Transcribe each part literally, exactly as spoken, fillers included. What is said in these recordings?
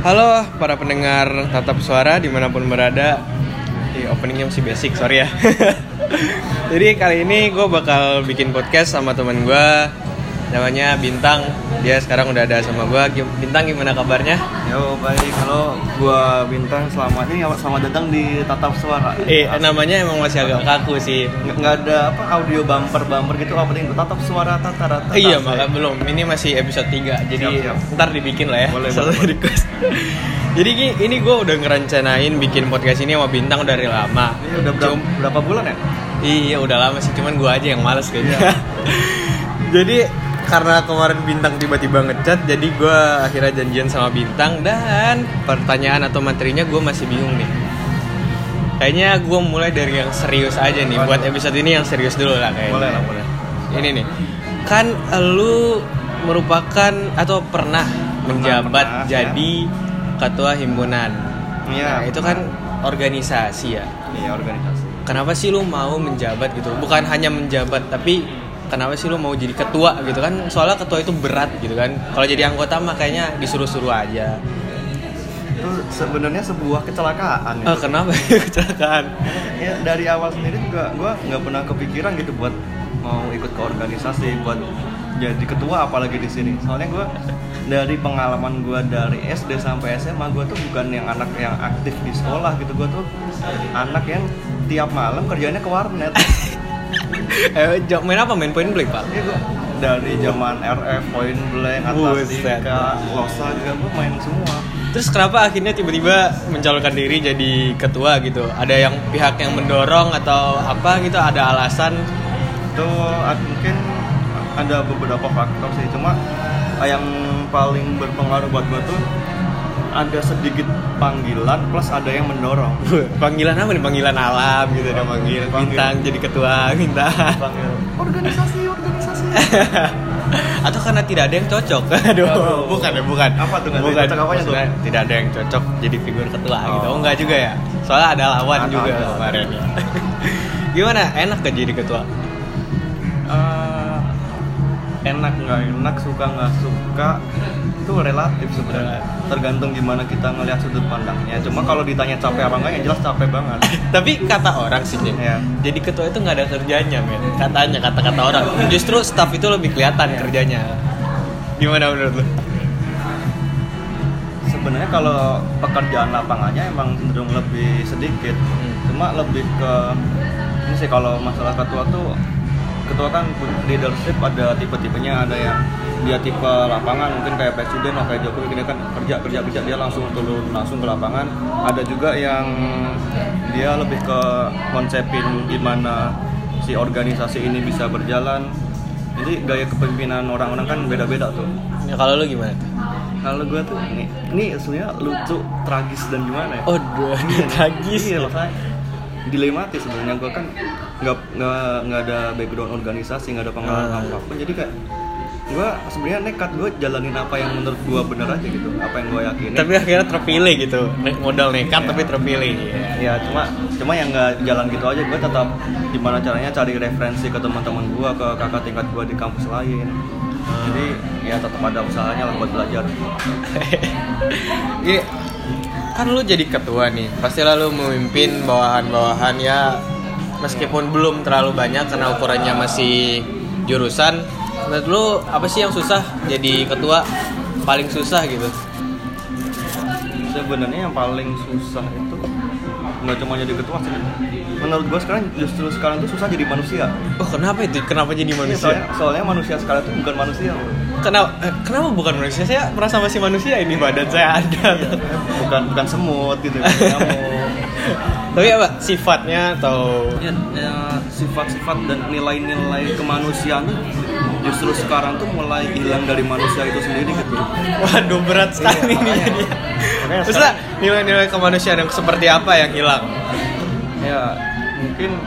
Halo para pendengar Tatap Suara dimanapun berada. Di openingnya masih basic, sorry ya. Jadi kali ini gue bakal bikin podcast sama teman gue, namanya Bintang. Dia sekarang udah ada sama gue. Bintang, gimana kabarnya? Yo, baik. Halo, gue Bintang. Selamat ini selamat datang di Tatap Suara. Eh, namanya emang masih agak kaku sih. Nggak, nggak ada apa audio bumper-bumper gitu, apa penting Tatap Suara tata-rata. Iya, malah belum. Ini masih episode tiga. Jadi siap, siap. Ntar dibikin lah ya. Boleh, boleh. Request. Jadi ini gue udah ngerencanain bikin podcast ini sama Bintang dari lama. Ini udah berapa, Cuma, berapa bulan ya? Iya, udah lama sih. Cuman gue aja yang males kayaknya. Jadi karena kemarin Bintang tiba-tiba ngechat, jadi gue akhirnya janjian sama Bintang. Dan pertanyaan atau materinya gue masih bingung nih. Kayaknya gue mulai dari yang serius aja nih. Buat episode ini yang serius dulu lah kayaknya. Boleh lah, boleh. Ini nih, kan lu merupakan atau pernah menjabat pernah, jadi ya. Ketua himpunan. Iya. Nah, itu kan organisasi ya. Iya, organisasi. Kenapa sih lu mau menjabat gitu? Bukan hanya menjabat, tapi kenapa sih lu mau jadi ketua gitu kan? Soalnya ketua itu berat gitu kan. Kalau jadi anggota mah kayaknya disuruh-suruh aja. Itu sebenarnya sebuah kecelakaan. Oh, kenapa kecelakaan? Ya dari awal sendiri juga gue nggak pernah kepikiran gitu buat mau ikut ke organisasi, buat jadi ketua apalagi di sini. Soalnya gue dari pengalaman gue dari S D sampai S M A, gue tuh bukan yang anak yang aktif di sekolah gitu. Gue tuh anak yang tiap malam kerjanya ke warnet. Eh, main apa? Main point blank, Pak? Iya, gue dari zaman R F, point blank, Atlantika, Losa juga gue main semua. Terus kenapa akhirnya tiba-tiba mencalonkan diri jadi ketua gitu? Ada yang pihak yang mendorong atau apa gitu? Ada alasan? Itu mungkin ada beberapa faktor sih. Cuma yang paling berpengaruh buat gue tuh ada sedikit panggilan plus ada yang mendorong. Panggilan apa nih? Panggilan alam gitu, ada manggil Bintang jadi ketua Bintang. Organisasi, organisasi. Atau karena tidak ada yang cocok? Aduh, oh, bukan ya, bukan. Apa tuh? Bukan. Maksudnya tidak ada yang cocok jadi figur ketua oh. gitu. Oh, enggak juga ya. Soalnya ada lawan ah, juga ah, kemarin ya. Gimana? Enak gak jadi ketua? Uh, enak nggak enak, suka nggak suka itu relatif sebenarnya, tergantung gimana kita ngelihat sudut pandangnya. Cuma kalau ditanya capek apa enggak, yang jelas capek banget. Tapi kata orang sih ya, jadi ketua itu nggak ada kerjanya, men. Katanya kata-kata orang. Justru staff itu lebih kelihatan kerjanya. Gimana menurut lu? Sebenarnya kalau pekerjaan lapangannya emang cenderung lebih sedikit. Hmm. Cuma lebih ke ini sih, kalau masalah ketua tuh, ketua kan leadership ada tipe-tipenya. Ada yang dia tipe lapangan, mungkin kayak presiden atau kayak Jokowi, dia kan kerja kerja kerja dia langsung turun langsung ke lapangan. Ada juga yang dia lebih ke konsepin gimana si organisasi ini bisa berjalan. Jadi gaya kepemimpinan orang-orang kan beda-beda tuh. Ya, kalau lu gimana? Kalau gue tuh ini ini sebenarnya lucu, tragis dan gimana ya? Oh, dua tragis ya, makanya dilematis sebenarnya. Gue kan nggak nggak nggak ada background organisasi, nggak ada pengalaman ah. apapun, jadi kayak gue sebenarnya nekat, gue jalanin apa yang menurut gue benar aja gitu, apa yang gue yakini. Tapi akhirnya terpilih gitu, modal nekat ya. Tapi terpilih. Ya, ya cuma cuma yang nggak jalan gitu aja. Gue tetap gimana caranya cari referensi ke teman-teman gue, ke kakak tingkat gue di kampus lain. Hmm. Jadi ya tetap ada usahanya lah buat belajar. Gini, kan lu jadi ketua nih, pasti lalu memimpin bawahan-bawahan ya. Meskipun belum terlalu banyak karena ukurannya masih jurusan. Menurut lu apa sih yang susah jadi ketua? Paling susah gitu? Sebenarnya yang paling susah itu nggak cuma jadi ketua sih. Menurut gue sekarang justru sekarang tuh susah jadi manusia. Oh, kenapa itu? Kenapa jadi manusia? Soalnya, soalnya manusia sekarang tuh bukan manusia. Kenapa? Eh, kenapa bukan manusia? Saya merasa masih manusia, ini badan saya ada. Bukan bukan semut gitu, nyamuk. Tapi apa sifatnya atau ya, ya, sifat-sifat dan nilai-nilai kemanusiaan tuh justru sekarang tuh mulai hilang dari manusia itu sendiri gitu. Waduh, berat sekali nih. Terus lah, nilai-nilai kemanusiaan yang seperti apa yang hilang? Ya mungkin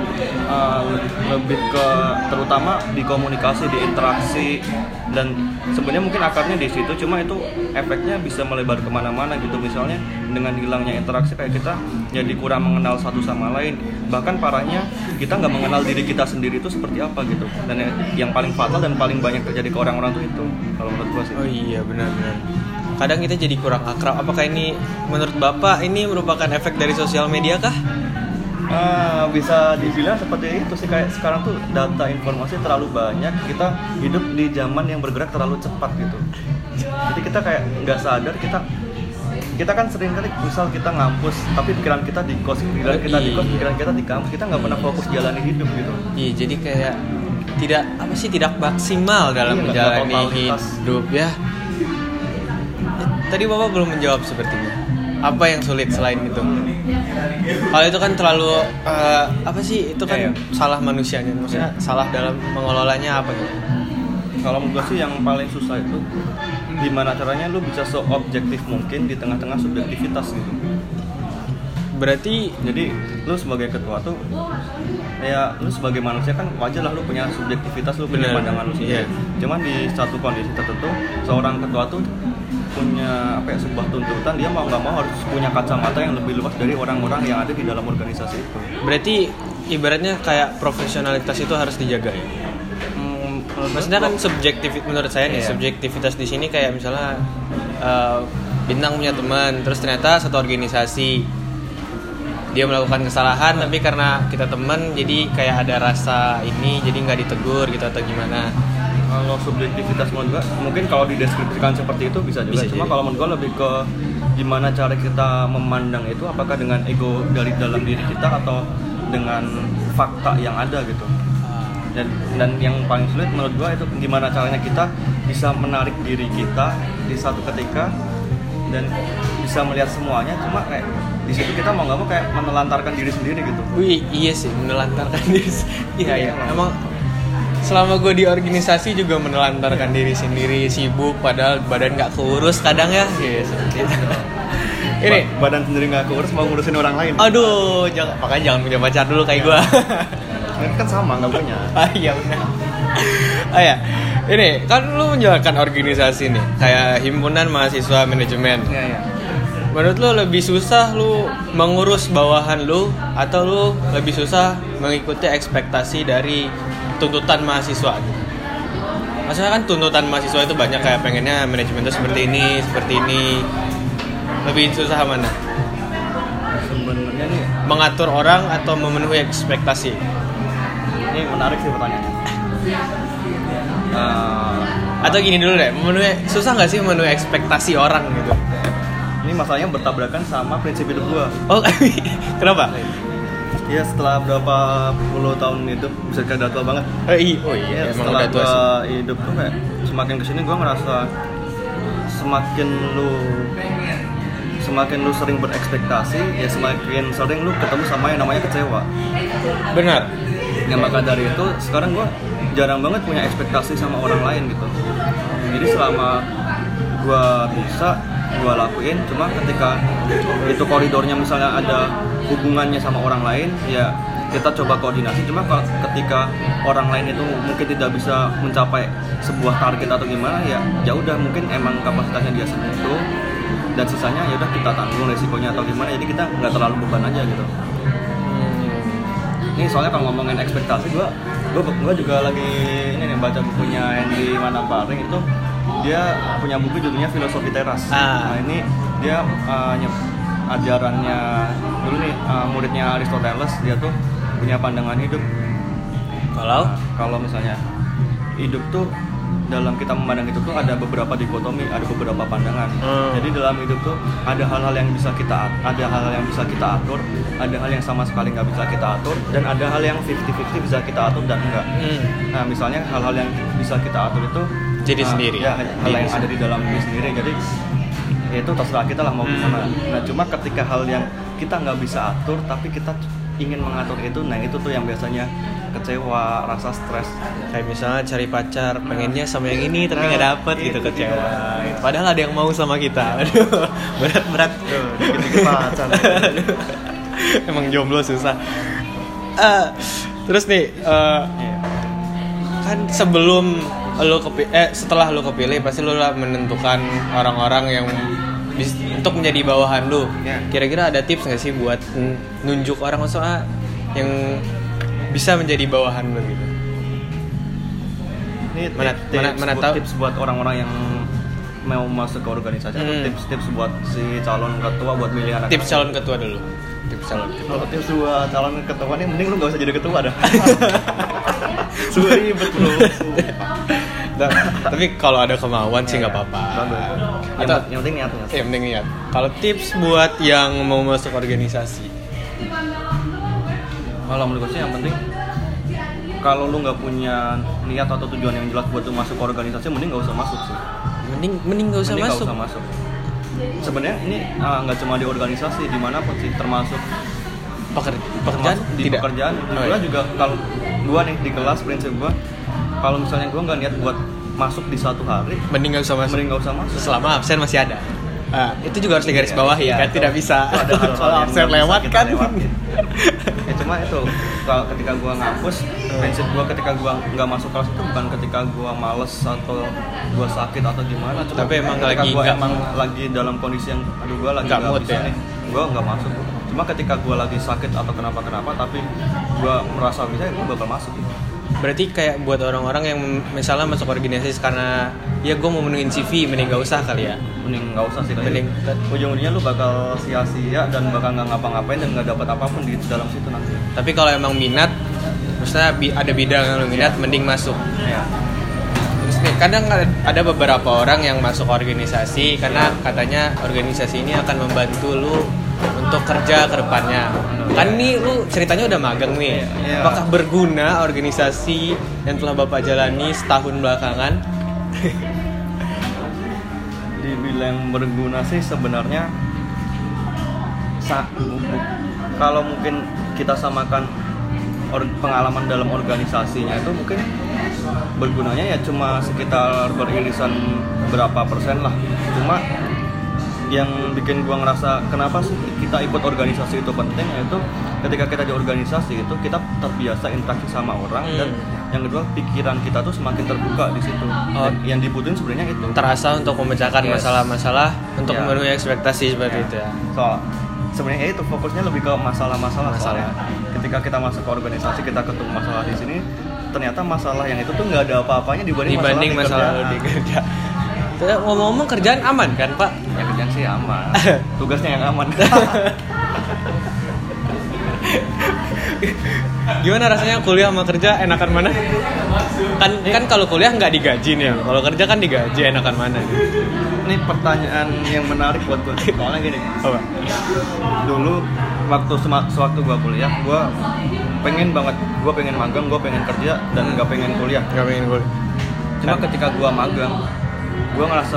uh, lebih ke terutama di komunikasi, di interaksi, dan sebenarnya mungkin akarnya di situ, cuma itu efeknya bisa melebar kemana-mana gitu. Misalnya dengan hilangnya interaksi kayak kita jadi kurang mengenal satu sama lain, bahkan parahnya kita nggak mengenal diri kita sendiri itu seperti apa gitu. Dan yang paling fatal dan paling banyak terjadi ke orang-orang tuh itu kalau menurut gua sih. Oh iya benar-benar. Kadang kita jadi kurang akrab. Apakah ini menurut Bapak ini merupakan efek dari sosial media kah? Ah, bisa dibilang seperti itu sih. Kayak sekarang tuh data informasi terlalu banyak, kita hidup di zaman yang bergerak terlalu cepat gitu. Jadi kita kayak nggak sadar kita kita kan sering kali misal kita ngampus tapi pikiran kita di kos, pikiran kita di kos, pikiran kita di kampus, kita nggak pernah fokus jalani hidup gitu. Iya, jadi kayak tidak apa sih tidak maksimal dalam Iya, menjalani totalitas. hidup ya. Eh, Tadi Bapak belum menjawab sepertinya. Apa yang sulit selain itu? Kalau itu kan terlalu uh, apa sih? Itu kan Ya, ya. salah manusianya. Maksudnya salah dalam mengelolanya apa gitu? Kalau menurut gue sih yang paling susah itu gimana caranya lu bisa seobjektif mungkin di tengah-tengah subjektivitas gitu. Berarti Jadi lu sebagai ketua tuh ya lu sebagai manusia kan wajar lah lu punya subjektivitas, lu punya Bener. pandangan lu sendiri. Iya. Cuman di satu kondisi tertentu seorang ketua tuh punya apa ya, sebuah tuntutan, dia mau nggak mau harus punya kacamata yang lebih luas dari orang-orang yang ada di dalam organisasi itu. berarti ibaratnya kayak profesionalitas itu harus dijaga ya. Hmm, Maksudnya kan subjektif menurut saya nih, Iya. subjektivitas di sini kayak misalnya uh, Bintang punya teman, terus ternyata satu organisasi dia melakukan kesalahan, tapi karena kita teman jadi kayak ada rasa ini, jadi nggak ditegur gitu atau gimana. Kalau subjektivitas menurut gua mungkin kalau dideskripsikan seperti itu bisa juga. Bisa Cuma jadi. kalau menurut gua lebih ke gimana cara kita memandang itu, apakah dengan ego dari dalam diri kita atau dengan fakta yang ada gitu. Dan, dan yang paling sulit menurut gua itu gimana caranya kita bisa menarik diri kita di satu ketika dan bisa melihat semuanya, cuma kayak di situ kita mau nggak mau kayak menelantarkan diri sendiri gitu. Wih, iya sih menelantarkan diri. Iya ya. Emang selama gue di organisasi juga menelantarkan diri sendiri, sibuk padahal badan nggak keurus kadang ya. Iya seperti itu. Ini, Ba- badan sendiri nggak keurus mau ngurusin orang lain. aduh, jangan, makanya jangan punya pacar dulu kayak gue. Ini kan sama nggak punya. Ah iya benar. Ah ya, ini kan lu menjalankan organisasi nih, kayak himpunan mahasiswa manajemen. Iya iya. Menurut lu lebih susah lu mengurus bawahan lu atau lu lebih susah mengikuti ekspektasi dari tuntutan mahasiswa gitu? Maksudnya kan tuntutan mahasiswa itu banyak, kayak pengennya manajemen itu seperti ini, seperti ini. Lebih susah mana? Sebenarnya nih Mengatur orang atau memenuhi ekspektasi? ini menarik sih pertanyaannya. Eh, Atau gini dulu deh, memenuhi susah nggak sih memenuhi ekspektasi orang gitu? ini masalahnya bertabrakan sama prinsip hidup gua. Oh, kenapa? Iya, setelah berapa puluh tahun hidup bisa kayak udah tua banget. Oh iya, oh iya, Ya, emang setelah udah tua gua sih. hidup tuh kayak semakin kesini gua ngerasa semakin lu semakin lu sering berekspektasi, ya semakin sering lu ketemu sama yang namanya kecewa. Benar. Yang maka dari itu sekarang gua jarang banget punya ekspektasi sama orang lain gitu. Jadi selama gua bisa gua lakuin, cuma ketika itu koridornya misalnya ada hubungannya sama orang lain, ya kita coba koordinasi. Cuma kalau ketika orang lain itu mungkin tidak bisa mencapai sebuah target atau gimana, ya ya udah mungkin emang kapasitasnya dia segitu dan sisanya ya udah kita tanggung resikonya atau gimana. Jadi kita nggak terlalu beban aja gitu. Ini soalnya kalau ngomongin ekspektasi, gua gua gua juga lagi ini nih baca bukunya Hendy Manaparing itu. Dia punya buku judulnya Filosofi Teras. Ah. Nah ini dia uh, nyep, ajarannya dulu nih uh, muridnya Aristoteles, dia tuh punya pandangan hidup. Kalau Nah, kalau misalnya hidup tuh dalam kita memandang itu tuh ada beberapa dikotomi, ada beberapa pandangan. Hmm. Jadi dalam hidup tuh ada hal-hal yang bisa kita ada hal-hal yang bisa kita atur, ada hal yang sama sekali nggak bisa kita atur, dan ada hal yang fifty-fifty bisa kita atur dan enggak. hmm, Nah misalnya hal-hal yang bisa kita atur itu Jadi nah, sendiri. ya, hal Diri yang ada di dalam diri sendiri. Jadi ya itu terserah kita lah mau Hmm. gimana. Nah cuma ketika hal yang kita nggak bisa atur tapi kita ingin mengatur itu, nah itu tuh yang biasanya kecewa, rasa stres. kayak misalnya cari pacar, pengennya sama yang ini tapi nggak Nah, dapet gitu, itu kecewa. dia. Padahal ada yang mau sama kita. Aduh, berat-berat. Tuh, dikit-dikit pacar. Emang jomblo susah. Eh, terus nih, eh, Iya. kan sebelum lo kepi- eh setelah lo kepilih pasti lo lah menentukan orang-orang yang bis- untuk menjadi bawahan lo. Ya. Kira-kira ada tips nggak sih buat n- nunjuk orang soal yang bisa menjadi bawahan lo gitu? Ini Mana- tips, mana- mana buat, tahu? tips buat orang-orang yang mau masuk ke organisasi atau Hmm. tips-tips buat si calon ketua buat milih anak. Tips calon ketua dulu. Tips calon ketua. Kalau tips buat calon ketua nih mending lu gak usah jadi ketua dah. Sudah ribet bro. Nah, tapi kalau ada kemauan sih nggak apa-apa. Yang, Atau yang penting niatnya. yang penting niat. Kalau tips buat yang mau masuk organisasi, Kalau menurut gue sih yang penting kalau lu nggak punya niat atau tujuan yang jelas buat lu masuk ke organisasi, mending nggak usah masuk sih. mending mending nggak usah Mending nggak masuk. usah masuk. Sebenarnya ini ah, nggak cuma di organisasi, dimanapun sih, termasuk Peker- pekerjaan termasuk di tidak. pekerjaan. Di Oh, gua iya. juga kalau gua nih di kelas prinsip gua, kalau misalnya gua nggak niat buat masuk di satu hari, Mending nggak usah masuk. mending nggak usah masuk. Selama absen masih ada. Ah, itu juga harus digaris bawahi Iya, kan, itu- tidak bisa. itu ada hal-hal Kalau yang absen nggak bisa lewat kita kan. lewatin. Ya cuma itu kalau ketika gua ngapus, prinsip gua ketika gua nggak masuk kelas itu bukan ketika gua males atau gua sakit atau gimana, cuma Tapi emang ketika lagi gua nggak- emang lagi dalam kondisi yang aduh gua lagi Nggak nggak mood bisa ya? nih, gua nggak masuk. Cuma ketika gua lagi sakit atau kenapa-kenapa tapi gua merasa bisa, ya gua bakal masuk. Berarti kayak buat orang-orang yang misalnya masuk organisasi karena ya gue mau menuin C V, mending gak usah kali ya. Mending nggak usah sih, Mending- ujung-ujungnya lu bakal sia-sia dan bakal nggak ngapa-ngapain dan nggak dapat apapun di dalam situ nanti. Tapi kalau emang minat, maksudnya bi- ada bidang yang lo minat, mending masuk. Ya. Terus nih, kadang ada beberapa orang yang masuk organisasi karena katanya organisasi ini akan membantu lu untuk kerja ke depannya. Kan nih lu ceritanya udah magang nih. Iya. Apakah berguna organisasi yang telah Bapak jalani setahun belakangan? Dibilang berguna sih sebenarnya sa- bu- bu- kalau mungkin kita samakan or- pengalaman dalam organisasinya itu mungkin bergunanya ya cuma sekitar beririsan berapa persen lah. Cuma yang bikin gua ngerasa kenapa sih kita ikut organisasi itu penting, yaitu ketika kita di organisasi itu kita terbiasa interaksi sama orang, Hmm. dan yang kedua pikiran kita tuh semakin terbuka di situ. Oh. Dan yang dibutuhin sebenarnya itu. Terasa untuk memecahkan Yes. masalah-masalah untuk Ya. memenuhi ekspektasi seperti Ya. itu ya. Soal sebenarnya itu fokusnya lebih ke masalah-masalah. Masalah. Soalnya ketika kita masuk ke organisasi kita ketemu masalah di sini, ternyata masalah yang itu tuh nggak ada apa-apanya dibanding, Dibanding masalah masalah, lu di di kerjaan. kerja. Terus ngomong-ngomong kerjaan aman kan Pak? Ya kerjaan sih aman, tugasnya yang aman. Gimana rasanya kuliah sama kerja, enakan mana? Kan kan kalau kuliah nggak digaji nih, kalau kerja kan digaji, enakan mana? Ini pertanyaan yang menarik buat gue. Soalnya gini, Apa? dulu waktu sema- sewaktu gue kuliah, gue pengen banget, gue pengen magang, gue pengen kerja dan nggak pengen kuliah. Nggak pengen kuliah. Cuma ketika gue magang, gue ngerasa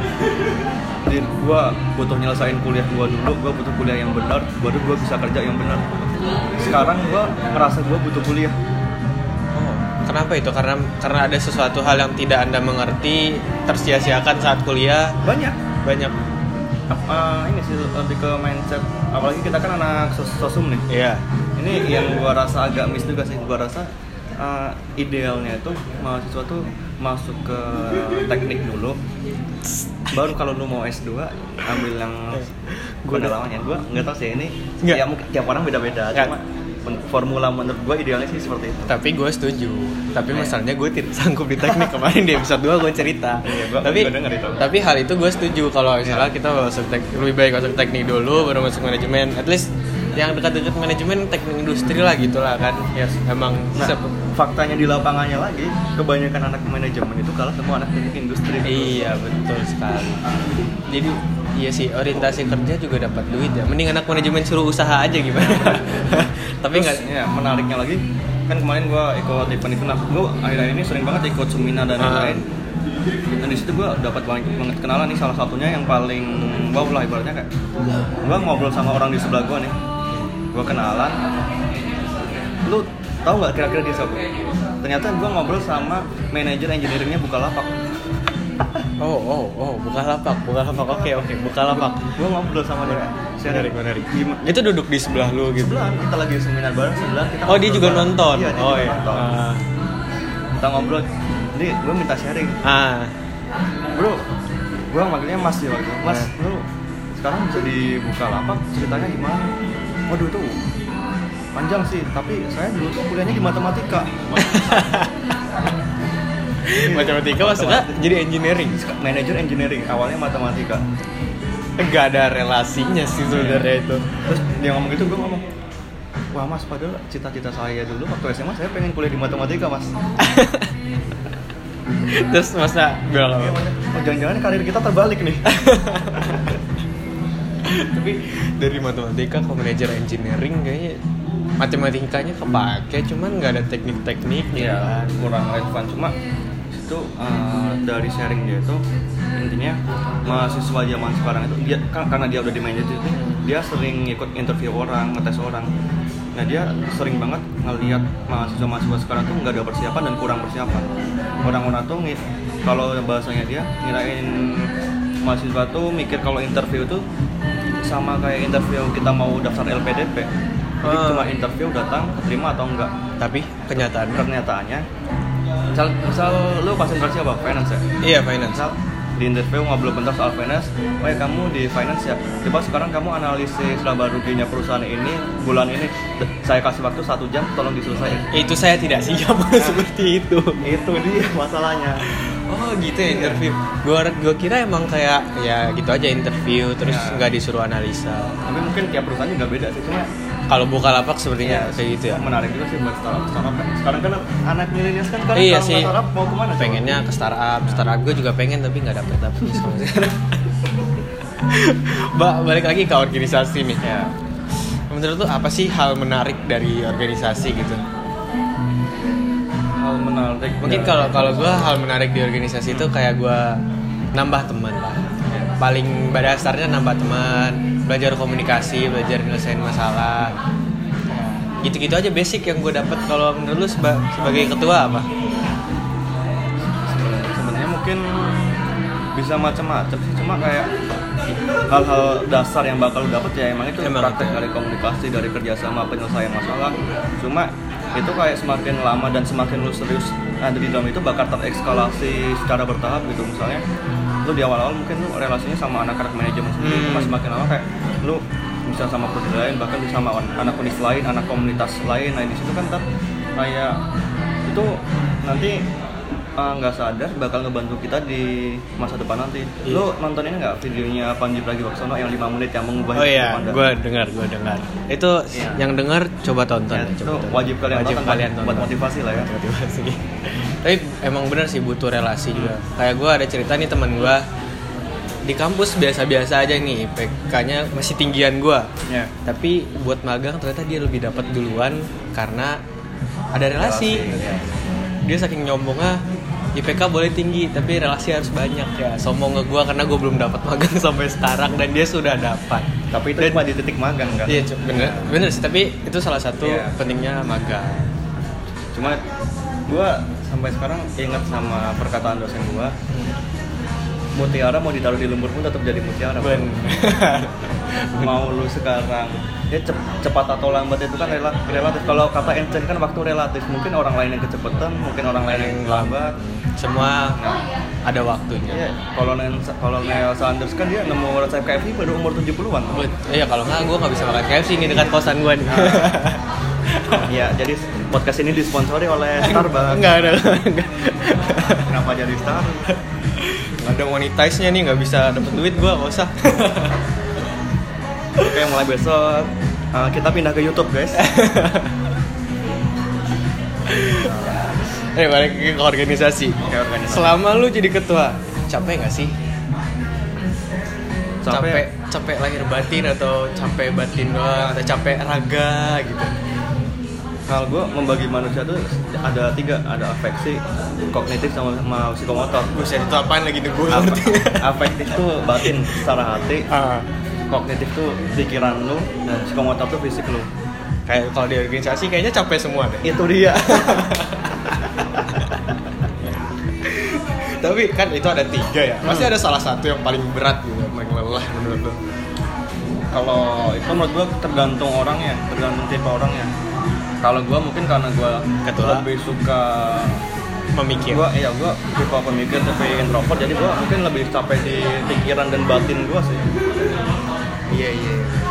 di gue butuh nyelesain kuliah gue dulu, gue butuh kuliah yang benar, baru gue bisa kerja yang benar. Sekarang gue ngerasa gue butuh kuliah. Oh, kenapa itu? Karena karena ada sesuatu hal yang tidak Anda mengerti, tersia-siakan saat kuliah. Banyak. Banyak. Uh, ini sih lebih ke mindset. Apalagi kita kan anak sos- sosum nih. Iya. Ini yang gue rasa agak miss juga sih. Gue rasa uh, idealnya itu mahasiswa tuh masuk ke teknik dulu, baru kalau lu mau S dua ambil yang Gua pendalamannya. Gue nggak tahu sih ini. Nggak. Ya mungkin tiap orang beda-beda. Nggak. Cuma men- formula menurut gue idealnya sih seperti itu. Tapi gue setuju. Tapi Iya. masalahnya gue tidak sanggup di teknik. Kemarin di episode dua gue cerita. Iya, gua- tapi gua denger itu. tapi hal itu gue setuju kalau misalnya kita masuk tek, lebih baik masuk teknik dulu baru masuk manajemen. At least yang dekat-dekat manajemen teknik industri lah gitulah kan. Yes. Emang Nah, sep- faktanya di lapangannya lagi, kebanyakan anak manajemen itu kalah semua anak teknik industri. Iya betul sekali. Jadi iya sih orientasi kerja juga dapat duit ya. Mending anak manajemen suruh usaha aja gimana. Tapi Terus, nggak. ya menariknya lagi kan kemarin gue ikut event itu, nah gue akhir-akhir ini sering banget ikut seminar dan Ah. lain-lain. Dan di situ gue dapat banyak banget kenalan nih, salah satunya yang paling wow lah ibaratnya kayak gue ngobrol sama orang di sebelah gue nih, gue kenalan, lu tahu nggak kira-kira dia siapa? Ternyata gue ngobrol sama manajer engineeringnya Bukalapak. Oh oh oh Bukalapak Bukalapak oke oke Bukalapak. Gue ngobrol sama dia. Menarik menarik. Gimana? Itu duduk di sebelah lu gitu. Sebelah kita lagi seminar bareng, sebelah kita. Oh dia ngobrol juga bareng. nonton. Iya, dia Oh juga iya. nonton. Ah. Kita ngobrol, Jadi gue minta sharing. Ah. Bro, gue manggilnya Mas sih waktu itu. Mas, Nah. lu sekarang bisa dibuka lapak, ceritanya gimana? Waduh tuh panjang sih, tapi saya dulu tuh kuliahnya di matematika. Matematika maksudnya jadi engineering. Manager engineering, awalnya matematika. Enggak ada relasinya sih sebenarnya itu. Terus dia ngomong gitu, gue ngomong, wah Mas, padahal cita-cita saya dulu waktu S M A saya pengen kuliah di matematika Mas. Terus masa bilang Iya, apa? oh jangan-jangan karir kita terbalik nih. Tapi dari matematika ke manajer engineering kayaknya matematikanya kepake, cuman nggak ada teknik-tekniknya. Iya, kurang relevan. Cuma itu uh, dari sharing dia itu intinya mahasiswa zaman sekarang itu dia kan, karena dia udah di manajer itu dia sering ikut interview orang, ngetes orang. Nah dia sering banget ngelihat mahasiswa-mahasiswa sekarang tuh nggak ada persiapan dan kurang persiapan. Orang-orang tuh ng- kalau bahasanya dia ngirain mahasiswa tuh mikir kalau interview tuh sama kayak interview kita mau daftar L P D P. Jadi Oh. cuma interview datang, terima atau enggak. Tapi kenyataannya, Kenyataannya, misal, misal lu konsentrasi apa? Finance ya? iya finance. Misal di interview ngobrol bentar soal finance, oh ya kamu di finance ya, coba sekarang kamu analisis laba ruginya perusahaan ini bulan ini, D- saya kasih waktu satu jam, tolong diselesaikan. Itu saya tidak siap seperti itu. Itu dia masalahnya. Oh gitu ya interview. Gua gua kira emang kayak ya gitu aja interview terus Ya. nggak disuruh analisa. Tapi mungkin tiap perusahaan juga beda sih, cuma Kalau Bukalapak sepertinya kayak gitu ya. menarik juga sih buat startup. Startup kan sekarang kan anak milenial kan sekarang Iya kalau sih. nggak startup mau kemana? coba? Pengennya ke startup, startup gue juga pengen tapi nggak dapet dapet. Mbak balik lagi ke organisasi nih. Ya. Menurut lu apa sih hal menarik dari organisasi gitu? Hal menarik. Mungkin kalau kalau gue hal menarik di organisasi itu kayak gue nambah teman lah. Paling pada dasarnya nambah teman, belajar komunikasi, belajar nyelesain masalah. Gitu-gitu aja basic yang gue dapat. Kalau menurut lu seba- sebagai ketua apa? Sebenarnya mungkin bisa macam-macam sih, cuma kayak hal-hal dasar yang bakal lu dapet ya emang itu Emang praktek itu. dari komunikasi, dari kerjasama, penyelesaian masalah. Cuma itu kayak semakin lama dan semakin lu serius ada di dalam itu bakal terekskalasi secara bertahap gitu. Misalnya lu di awal-awal mungkin lu relasinya sama anak-anak manajemen sendiri, Hmm. cuma semakin lama kayak lu bisa sama prodi lain, bahkan bisa sama anak univ lain, anak komunitas lain. Nah di situ kan ntar kayak itu nanti nggak uh, sadar bakal ngebantu kita di masa depan nanti. Iya. Lu nonton ini nggak videonya Panji Pragiwaksono yang lima menit yang mengubah Oh hidup iya, Anda? gue dengar, gue dengar. Itu Iya. yang dengar coba tonton. Ya, ya, itu coba tonton. wajib kalian wajib tonton kalian buat- tonton. buat motivasi lah ya. Motivasi. Tapi emang bener sih butuh relasi juga. Kayak gue ada cerita nih teman gue di kampus biasa-biasa aja nih, I P K-nya masih tinggian gue. Ya. Tapi buat magang ternyata dia lebih dapat duluan karena ada relasi. Ya. Dia saking nyombongnya I P K boleh tinggi tapi relasi harus banyak ya. Sombong ke gue karena gue belum dapat magang sampai sekarang dan dia sudah dapat. Tapi itu Dan- cuma di titik magang kan. Iya, cu- bener, bener sih. Tapi itu salah satu Iya. pentingnya magang. Cuma gua sampai sekarang ingat sama perkataan dosen gua. Mutiara mau ditaruh di lumpur pun tetap jadi mutiara. Bro. Mau lu sekarang ya cep- cepat atau lambat itu kan rela- relatif. Kalau kata Einstein kan waktu relatif. Mungkin orang lain yang kecepatan, mungkin orang lain yang lambat. Semua Nah, ada waktunya. iya, Kolonel Kolonel Sanders kan dia nemu resep K F C baru umur tujuh puluhan. Bet, iya kalau nggak gue nggak bisa makan K F C nih dekat kosan gue nih. Iya, jadi podcast ini disponsori oleh Starbucks. Enggak ada. Enggak. Kenapa jadi Starbucks? Ada monetize-nya nih, nggak bisa dapet duit gue, nggak usah. Oke, mulai besok uh, kita pindah ke YouTube, guys. Eh balik ke organisasi. Oke, organisasi. Selama lu jadi ketua, capek nggak sih? Capek. capek, capek lahir batin atau capek batin doang atau capek raga gitu. Kalau gue membagi manusia tuh ada tiga, ada afeksi, kognitif sama, sama psikomotor. Buset, itu apaan lagi nih gue Af- ngerti. Afektif tuh batin secara hati, Ah, kognitif tuh pikiran lu, dan psikomotor tuh fisik lu. kayak kalau di organisasi kayaknya capek semua deh. Itu dia. Tapi kan itu ada tiga ya. Pasti ada salah satu yang paling berat gitu, yang paling lelah menurut lo. Kalau itu menurut gue tergantung orangnya, tergantung tipe orangnya. Kalau gue mungkin karena gue Ketua. lebih suka memikir. Gua iya gua tipe pemikir tapi introvert, jadi gua mungkin lebih capek di pikiran dan batin gua sih. Iya iya.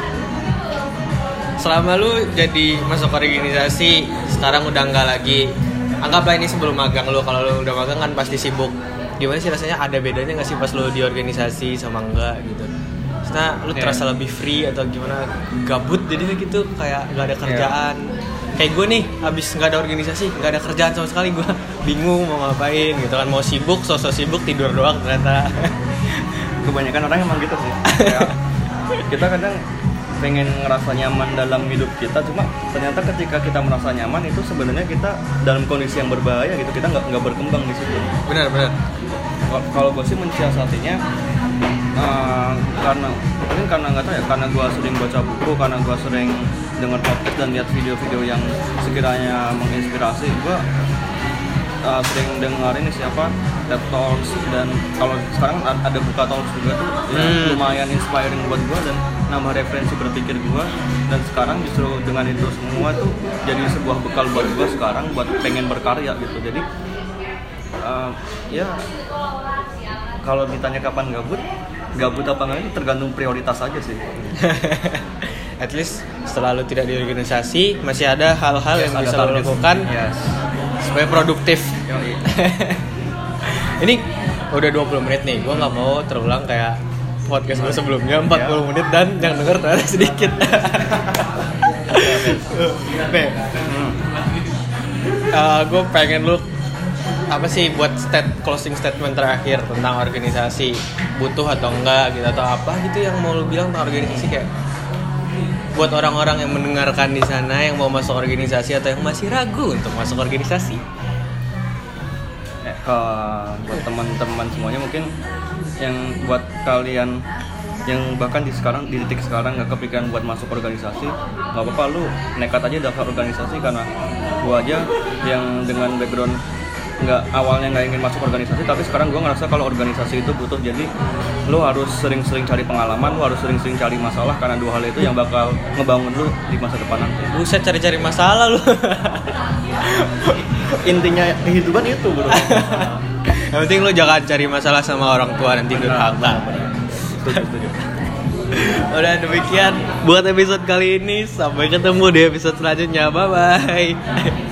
Selama lu jadi masuk organisasi, sekarang udah enggak lagi. Anggaplah ini sebelum magang lu, kalau lu udah magang kan pasti sibuk. Gimana sih rasanya, ada bedanya nggak sih pas lu di organisasi sama enggak gitu? Nah, lu terasa yeah. lebih free atau gimana? Gabut jadinya gitu, kayak nggak ada kerjaan. Yeah. Kayak gue nih, abis nggak ada organisasi, nggak ada kerjaan sama sekali, gue bingung mau ngapain gitu kan. Mau sibuk, sosok sibuk, tidur doang ternyata. Kebanyakan orang emang gitu sih. Kayak kita kadang pengen ngerasa nyaman dalam hidup kita, cuma ternyata ketika kita merasa nyaman itu sebenarnya kita dalam kondisi yang berbahaya gitu, kita nggak nggak berkembang di situ. Benar benar. Kalau gue sih mensiasatinya uh, karena mungkin karena nggak tahu ya, karena gue sering baca buku, karena gue sering dengar podcast dan lihat video-video yang sekiranya menginspirasi. Gue uh, sering dengar ini siapa TED Talks, dan kalau sekarang ada buka Talks juga tuh ya, hmm. lumayan inspiring buat gue dan nambah referensi berpikir gue, dan sekarang justru dengan itu semua tuh jadi sebuah bekal buat gue sekarang buat pengen berkarya gitu. Jadi uh, ya kalau ditanya kapan gabut, gabut apa enggak itu tergantung prioritas aja sih. At least setelah lu tidak di organisasi, masih ada hal-hal yes, yang bisa lu lakukan yes. supaya produktif. Ini udah dua puluh menit nih, gue gak mau terulang kayak podcast gue sebelumnya empat puluh menit dan yang denger ternyata sedikit. uh, gue pengen lu apa sih buat stat, closing statement terakhir tentang organisasi, butuh atau enggak gitu, atau apa gitu yang mau lu bilang tentang organisasi, kayak buat orang-orang yang mendengarkan di sana yang mau masuk organisasi atau yang masih ragu untuk masuk organisasi. Eh, uh, buat teman-teman semuanya mungkin yang buat kalian yang bahkan di sekarang di titik sekarang nggak kepikiran buat masuk organisasi, nggak apa-apa, lu nekat aja daftar organisasi. Karena gua aja yang dengan background nggak awalnya nggak ingin masuk organisasi, tapi sekarang gue ngerasa kalau organisasi itu butuh. Jadi lo harus sering-sering cari pengalaman, lo harus sering-sering cari masalah, karena dua hal itu yang bakal ngebangun lo di masa depan nanti. Buset, cari-cari masalah lo. Intinya kehidupan itu bro. Yang penting lo jangan cari masalah sama orang tua, nanti durhaka. Udah demikian buat episode kali ini, sampai ketemu di episode selanjutnya, bye bye.